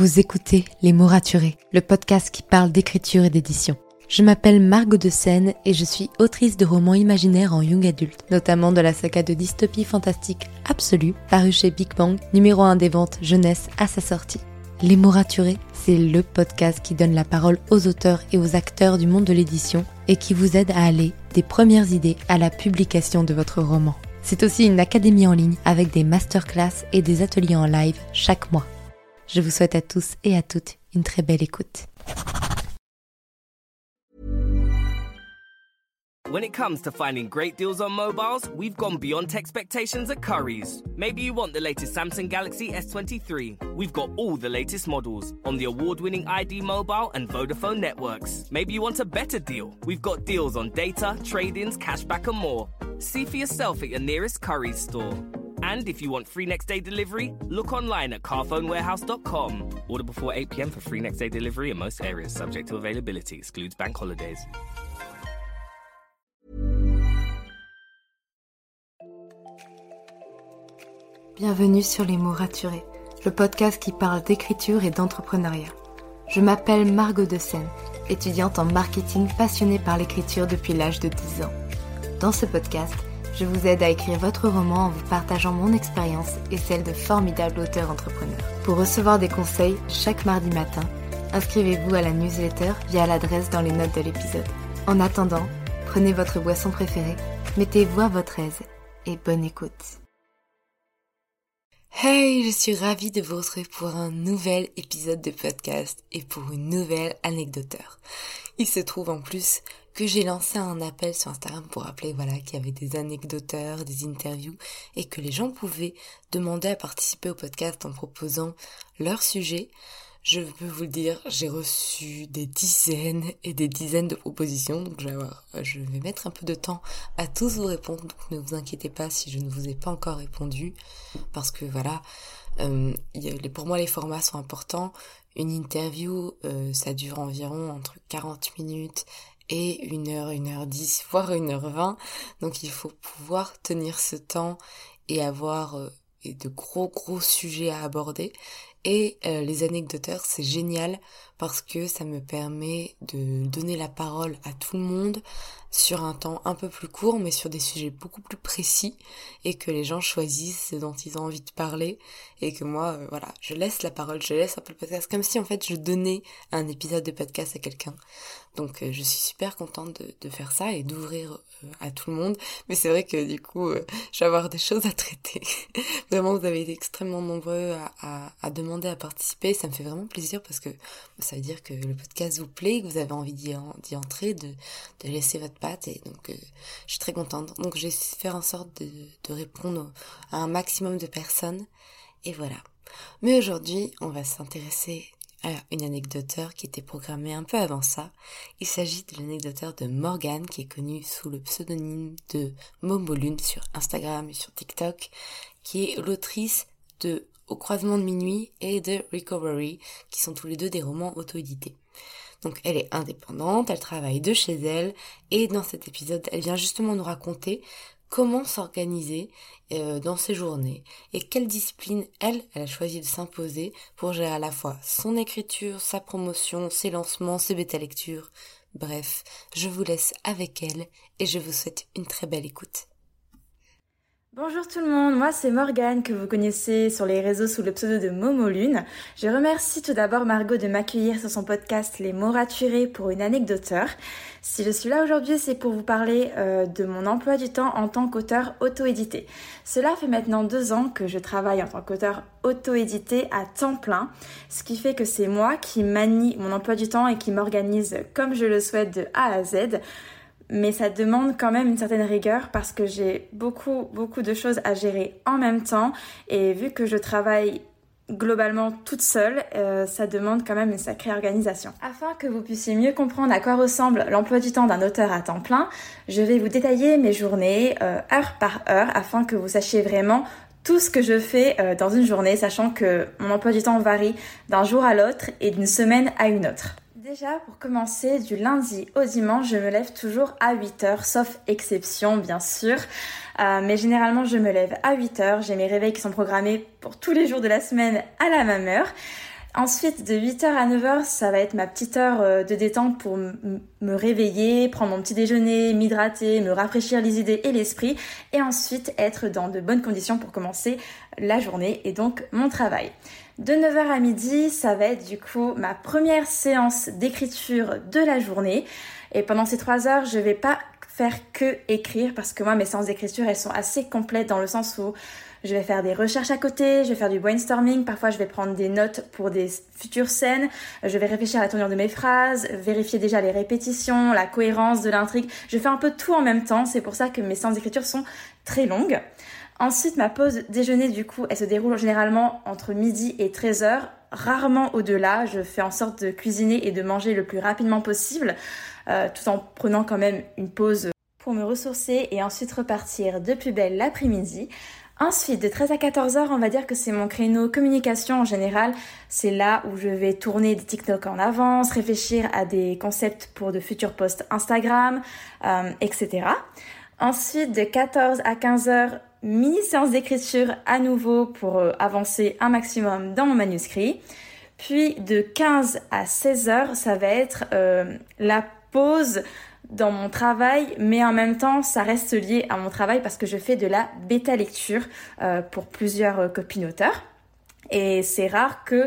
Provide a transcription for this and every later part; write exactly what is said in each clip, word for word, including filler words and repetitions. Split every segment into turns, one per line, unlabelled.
Vous écoutez Les mots raturés, le podcast qui parle d'écriture et d'édition. Je m'appelle Margot de Seine et je suis autrice de romans imaginaires en young adulte, notamment de la saga de dystopie fantastique Absolue, parue chez Big Bang, numéro un des ventes jeunesse à sa sortie. Les mots raturés, c'est le podcast qui donne la parole aux auteurs et aux acteurs du monde de l'édition et qui vous aide à aller des premières idées à la publication de votre roman. C'est aussi une académie en ligne avec des masterclass et des ateliers en live chaque mois. Je vous souhaite à tous et à toutes une très belle écoute.
When it comes to finding great deals on mobiles, we've gone beyond expectations at Currys. Maybe you want the latest Samsung Galaxy S twenty-three. We've got all the latest models on the award-winning I D Mobile and Vodafone networks. Maybe you want a better deal. We've got deals on data, trade-ins, cashback and more. See for yourself at your nearest Currys store. And if you want free next day delivery, look online at carphone warehouse dot com. Order before eight p.m. for free next day delivery in most areas, subject to availability, excludes bank holidays.
Bienvenue sur Les mots raturés, le podcast qui parle d'écriture et d'entrepreneuriat. Je m'appelle Margot de Seine, étudiante en marketing passionnée par l'écriture depuis l'âge de dix ans. Dans ce podcast, je vous aide à écrire votre roman en vous partageant mon expérience et celle de formidables auteurs entrepreneurs. Pour recevoir des conseils chaque mardi matin, inscrivez-vous à la newsletter via l'adresse dans les notes de l'épisode. En attendant, prenez votre boisson préférée, mettez-vous à votre aise et bonne écoute. Hey, je suis ravie de vous retrouver pour un nouvel épisode de podcast et pour une nouvelle anecdoteur. Il se trouve en plus que j'ai lancé un appel sur Instagram pour rappeler voilà, qu'il y avait des anecdoteurs, des interviews et que les gens pouvaient demander à participer au podcast en proposant leur sujet. Je peux vous le dire, j'ai reçu des dizaines et des dizaines de propositions, donc je vais, avoir, je vais mettre un peu de temps à tous vous répondre, donc ne vous inquiétez pas si je ne vous ai pas encore répondu, parce que voilà, euh, pour moi les formats sont importants. Une interview, euh, ça dure environ entre quarante minutes et une heure, une heure dix, voire une heure vingt, donc il faut pouvoir tenir ce temps et avoir euh, de gros gros sujets à aborder. Et euh, les anecdoteurs, c'est génial parce que ça me permet de donner la parole à tout le monde sur un temps un peu plus court, mais sur des sujets beaucoup plus précis, et que les gens choisissent ce dont ils ont envie de parler, et que moi, euh, voilà, je laisse la parole, je laisse un peu le podcast, comme si en fait je donnais un épisode de podcast à quelqu'un. Donc euh, je suis super contente de, de faire ça et d'ouvrir euh, à tout le monde, mais c'est vrai que du coup, euh, je vais avoir des choses à traiter. Vraiment, vous avez été extrêmement nombreux à, à, à demander à participer, ça me fait vraiment plaisir parce que ça veut dire que le podcast vous plaît, que vous avez envie d'y, en, d'y entrer, de, de laisser votre patte, et donc euh, je suis très contente. Donc je vais faire en sorte de, de répondre à un maximum de personnes, et voilà. Mais aujourd'hui, on va s'intéresser à une anecdoteur qui était programmée un peu avant ça. Il s'agit de l'anecdoteur de Morgane, qui est connue sous le pseudonyme de Momolune sur Instagram et sur TikTok, qui est l'autrice de Au croisement de minuit et de Recovery, qui sont tous les deux des romans auto-édités. Donc elle est indépendante, elle travaille de chez elle, et dans cet épisode, elle vient justement nous raconter comment s'organiser euh, dans ses journées et quelle discipline elle, elle a choisi de s'imposer pour gérer à la fois son écriture, sa promotion, ses lancements, ses bêta-lectures. Bref, je vous laisse avec elle et je vous souhaite une très belle écoute.
Bonjour tout le monde, moi c'est Morgane que vous connaissez sur les réseaux sous le pseudo de Momolune. Je remercie tout d'abord Margot de m'accueillir sur son podcast Les mots raturés pour une anecdoteur. Si je suis là aujourd'hui, c'est pour vous parler euh, de mon emploi du temps en tant qu'auteur auto-édité. Cela fait maintenant deux ans que je travaille en tant qu'auteur auto-édité à temps plein, ce qui fait que c'est moi qui manie mon emploi du temps et qui m'organise comme je le souhaite de A à Z. Mais ça demande quand même une certaine rigueur parce que j'ai beaucoup, beaucoup de choses à gérer en même temps. Et vu que je travaille globalement toute seule, euh, ça demande quand même une sacrée organisation. Afin que vous puissiez mieux comprendre à quoi ressemble l'emploi du temps d'un auteur à temps plein, je vais vous détailler mes journées euh, heure par heure afin que vous sachiez vraiment tout ce que je fais euh, dans une journée, sachant que mon emploi du temps varie d'un jour à l'autre et d'une semaine à une autre. Déjà, pour commencer, du lundi au dimanche, je me lève toujours à huit heures, sauf exception, bien sûr. Euh, mais généralement, je me lève à huit heures. J'ai mes réveils qui sont programmés pour tous les jours de la semaine à la même heure. Ensuite, de huit heures à neuf heures, ça va être ma petite heure de détente pour m- me réveiller, prendre mon petit déjeuner, m'hydrater, me rafraîchir les idées et l'esprit, et ensuite être dans de bonnes conditions pour commencer la journée et donc mon travail. De neuf heures à midi, ça va être du coup ma première séance d'écriture de la journée. Et pendant ces trois heures, je vais pas faire que écrire parce que moi, mes séances d'écriture, elles sont assez complètes dans le sens où je vais faire des recherches à côté, je vais faire du brainstorming, parfois je vais prendre des notes pour des futures scènes, je vais réfléchir à la tournure de mes phrases, vérifier déjà les répétitions, la cohérence de l'intrigue. Je fais un peu tout en même temps, c'est pour ça que mes séances d'écriture sont très longues. Ensuite, ma pause déjeuner, du coup, elle se déroule généralement entre midi et treize heures, rarement au-delà. Je fais en sorte de cuisiner et de manger le plus rapidement possible, euh, tout en prenant quand même une pause pour me ressourcer et ensuite repartir de plus belle l'après-midi. Ensuite, de treize à quatorze heures, on va dire que c'est mon créneau communication en général. C'est là où je vais tourner des TikTok en avance, réfléchir à des concepts pour de futurs posts Instagram, euh, et cetera. Ensuite, de quatorze à quinze heures, mini séance d'écriture à nouveau pour euh, avancer un maximum dans mon manuscrit. Puis, de quinze à seize heures, ça va être euh, la pause dans mon travail, mais en même temps, ça reste lié à mon travail parce que je fais de la bêta lecture euh, pour plusieurs euh, copines auteurs. Et c'est rare que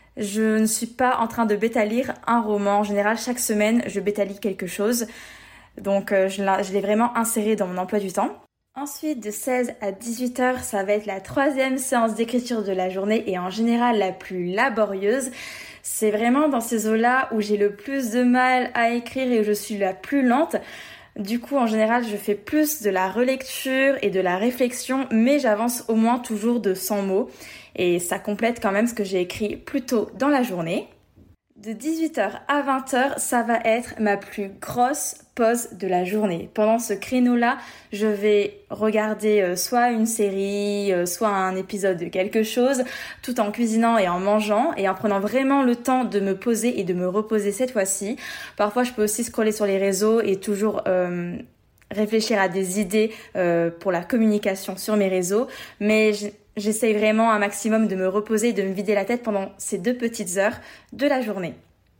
je ne suis pas en train de bêta lire un roman. En général, chaque semaine, je bêta lis quelque chose. Donc, euh, je, je l'ai vraiment inséré dans mon emploi du temps. Ensuite, de seize à dix-huit heures, ça va être la troisième séance d'écriture de la journée et en général la plus laborieuse. C'est vraiment dans ces eaux-là où j'ai le plus de mal à écrire et où je suis la plus lente. Du coup, en général, je fais plus de la relecture et de la réflexion, mais j'avance au moins toujours de cent mots. Et ça complète quand même ce que j'ai écrit plus tôt dans la journée. De dix-huit heures à vingt heures, ça va être ma plus grosse pause de la journée. Pendant ce créneau-là, je vais regarder euh, soit une série, euh, soit un épisode de quelque chose, tout en cuisinant et en mangeant, et en prenant vraiment le temps de me poser et de me reposer cette fois-ci. Parfois, je peux aussi scroller sur les réseaux et toujours euh, réfléchir à des idées euh, pour la communication sur mes réseaux, mais j- j'essaye vraiment un maximum de me reposer et de me vider la tête pendant ces deux petites heures de la journée.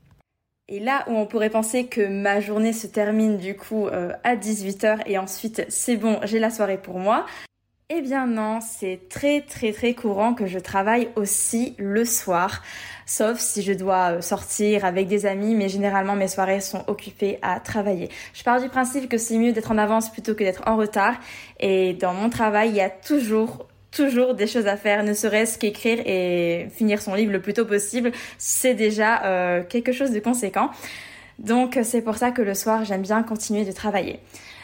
Et là où on pourrait penser que ma journée se termine du coup euh, à dix-huit heures et ensuite c'est bon, j'ai la soirée pour moi, eh bien non, c'est très très très courant que je travaille aussi le soir, sauf si je dois sortir avec des amis, mais généralement mes soirées sont occupées à travailler. Je pars du principe que c'est mieux d'être en avance plutôt que d'être en retard, et dans mon travail, il y a toujours toujours des choses à faire, ne serait-ce qu'écrire et finir son livre le plus tôt possible, c'est déjà euh, quelque chose de conséquent. Donc c'est pour ça que le soir, j'aime bien continuer de travailler.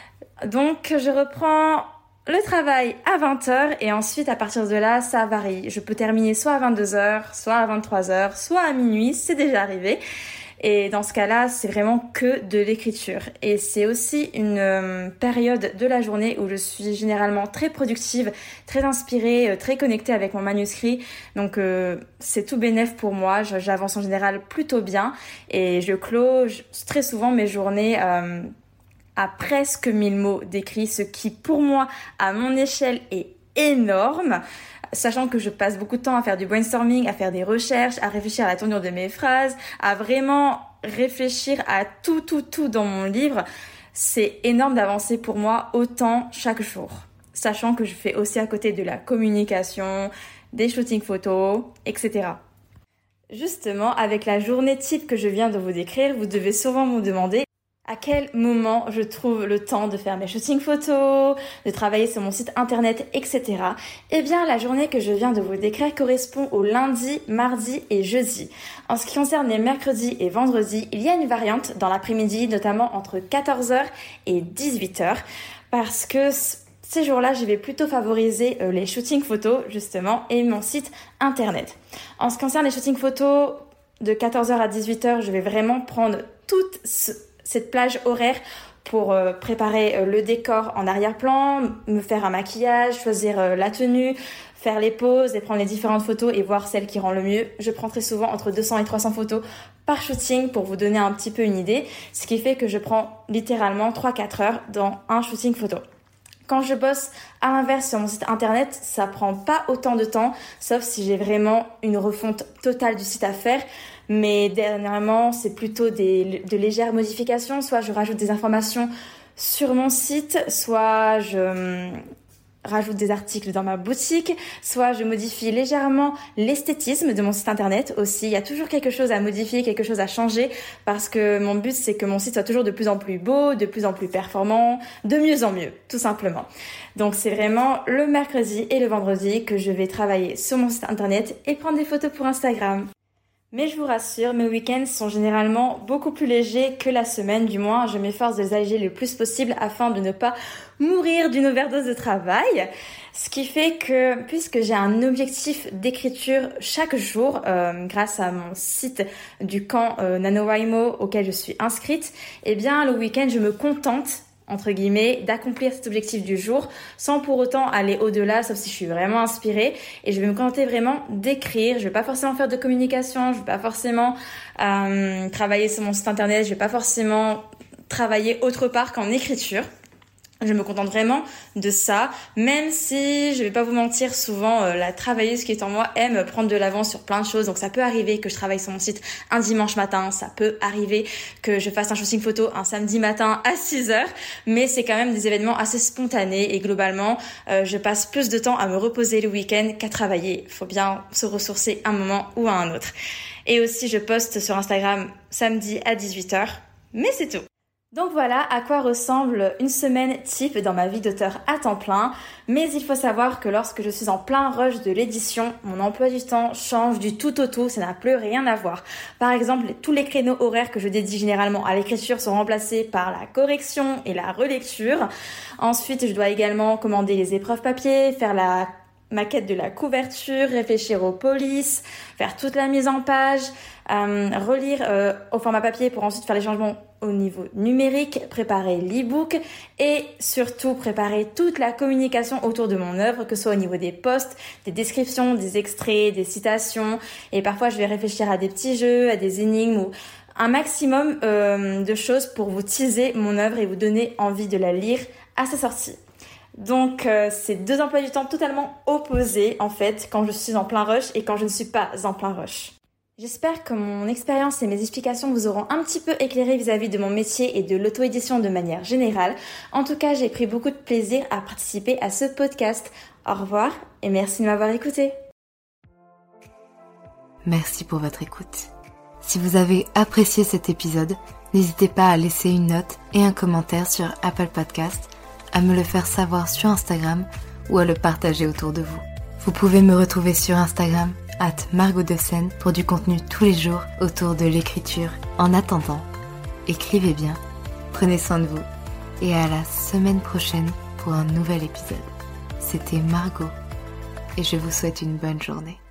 Donc je reprends le travail à vingt heures et ensuite à partir de là, ça varie. Je peux terminer soit à vingt-deux heures, soit à vingt-trois heures, soit à minuit, c'est déjà arrivé. Et dans ce cas-là, c'est vraiment que de l'écriture. Et c'est aussi une euh, période de la journée où je suis généralement très productive, très inspirée, euh, très connectée avec mon manuscrit. Donc euh, c'est tout bénef pour moi. Je, j'avance en général plutôt bien et je clôt je, très souvent mes journées euh, à presque mille mots d'écrit, ce qui pour moi, à mon échelle, est énorme. Sachant que je passe beaucoup de temps à faire du brainstorming, à faire des recherches, à réfléchir à la tournure de mes phrases, à vraiment réfléchir à tout, tout, tout dans mon livre, c'est énorme d'avancer pour moi autant chaque jour. Sachant que je fais aussi à côté de la communication, des shootings photos, et cetera. Justement, avec la journée type que je viens de vous décrire, vous devez souvent me demander à quel moment je trouve le temps de faire mes shootings photos, de travailler sur mon site internet, et cetera. Eh bien, la journée que je viens de vous décrire correspond au lundi, mardi et jeudi. En ce qui concerne les mercredis et vendredis, il y a une variante dans l'après-midi, notamment entre quatorze heures et dix-huit heures, parce que ces jours-là, je vais plutôt favoriser les shootings photos, justement, et mon site internet. En ce qui concerne les shootings photos, de quatorze heures à dix-huit heures, je vais vraiment prendre toute ce cette plage horaire pour euh, préparer euh, le décor en arrière-plan, me faire un maquillage, choisir euh, la tenue, faire les poses et prendre les différentes photos et voir celle qui rend le mieux. Je prends très souvent entre deux cents et trois cents photos par shooting pour vous donner un petit peu une idée, ce qui fait que je prends littéralement trois à quatre heures dans un shooting photo. Quand je bosse à l'inverse sur mon site internet, ça prend pas autant de temps, sauf si j'ai vraiment une refonte totale du site à faire. Mais dernièrement, c'est plutôt des, de légères modifications. Soit je rajoute des informations sur mon site, soit je hum, rajoute des articles dans ma boutique, soit je modifie légèrement l'esthétisme de mon site internet aussi. Il y a toujours quelque chose à modifier, quelque chose à changer, parce que mon but, c'est que mon site soit toujours de plus en plus beau, de plus en plus performant, de mieux en mieux, tout simplement. Donc c'est vraiment le mercredi et le vendredi que je vais travailler sur mon site internet et prendre des photos pour Instagram. Mais je vous rassure, mes week-ends sont généralement beaucoup plus légers que la semaine, du moins je m'efforce de les alléger le plus possible afin de ne pas mourir d'une overdose de travail. Ce qui fait que, puisque j'ai un objectif d'écriture chaque jour, euh, grâce à mon site du camp euh, NaNoWriMo auquel je suis inscrite, eh bien le week-end je me contente entre guillemets, d'accomplir cet objectif du jour sans pour autant aller au-delà, sauf si je suis vraiment inspirée. Et je vais me contenter vraiment d'écrire. Je vais pas forcément faire de communication, je vais pas forcément euh, travailler sur mon site internet, je vais pas forcément travailler autre part qu'en écriture. Je me contente vraiment de ça, même si, je vais pas vous mentir, souvent euh, la travailleuse qui est en moi aime prendre de l'avance sur plein de choses. Donc ça peut arriver que je travaille sur mon site un dimanche matin, ça peut arriver que je fasse un shooting photo un samedi matin à six heures, mais c'est quand même des événements assez spontanés et globalement, euh, je passe plus de temps à me reposer le week-end qu'à travailler. Faut bien se ressourcer un moment ou à un autre. Et aussi, je poste sur Instagram samedi à dix-huit heures, mais c'est tout. Donc voilà à quoi ressemble une semaine type dans ma vie d'auteur à temps plein. Mais il faut savoir que lorsque je suis en plein rush de l'édition, mon emploi du temps change du tout au tout, ça n'a plus rien à voir. Par exemple, tous les créneaux horaires que je dédie généralement à l'écriture sont remplacés par la correction et la relecture. Ensuite, je dois également commander les épreuves papier, faire la maquette de la couverture, réfléchir aux polices, faire toute la mise en page, euh, relire euh, au format papier pour ensuite faire les changements au niveau numérique, préparer l'e-book et surtout préparer toute la communication autour de mon œuvre, que ce soit au niveau des posts, des descriptions, des extraits, des citations. Et parfois, je vais réfléchir à des petits jeux, à des énigmes ou un maximum euh, de choses pour vous teaser mon œuvre et vous donner envie de la lire à sa sortie. Donc euh, c'est deux emplois du temps totalement opposés en fait quand je suis en plein rush et quand je ne suis pas en plein rush. J'espère que mon expérience et mes explications vous auront un petit peu éclairé vis-à-vis de mon métier et de l'auto-édition de manière générale. En tout cas, j'ai pris beaucoup de plaisir à participer à ce podcast. Au revoir et merci de m'avoir écouté.
Merci pour votre écoute. Si vous avez apprécié cet épisode, n'hésitez pas à laisser une note et un commentaire sur Apple Podcast, à me le faire savoir sur Instagram ou à le partager autour de vous. Vous pouvez me retrouver sur Instagram arobase margot de seine pour du contenu tous les jours autour de l'écriture. En attendant, écrivez bien, prenez soin de vous et à la semaine prochaine pour un nouvel épisode. C'était Margot et je vous souhaite une bonne journée.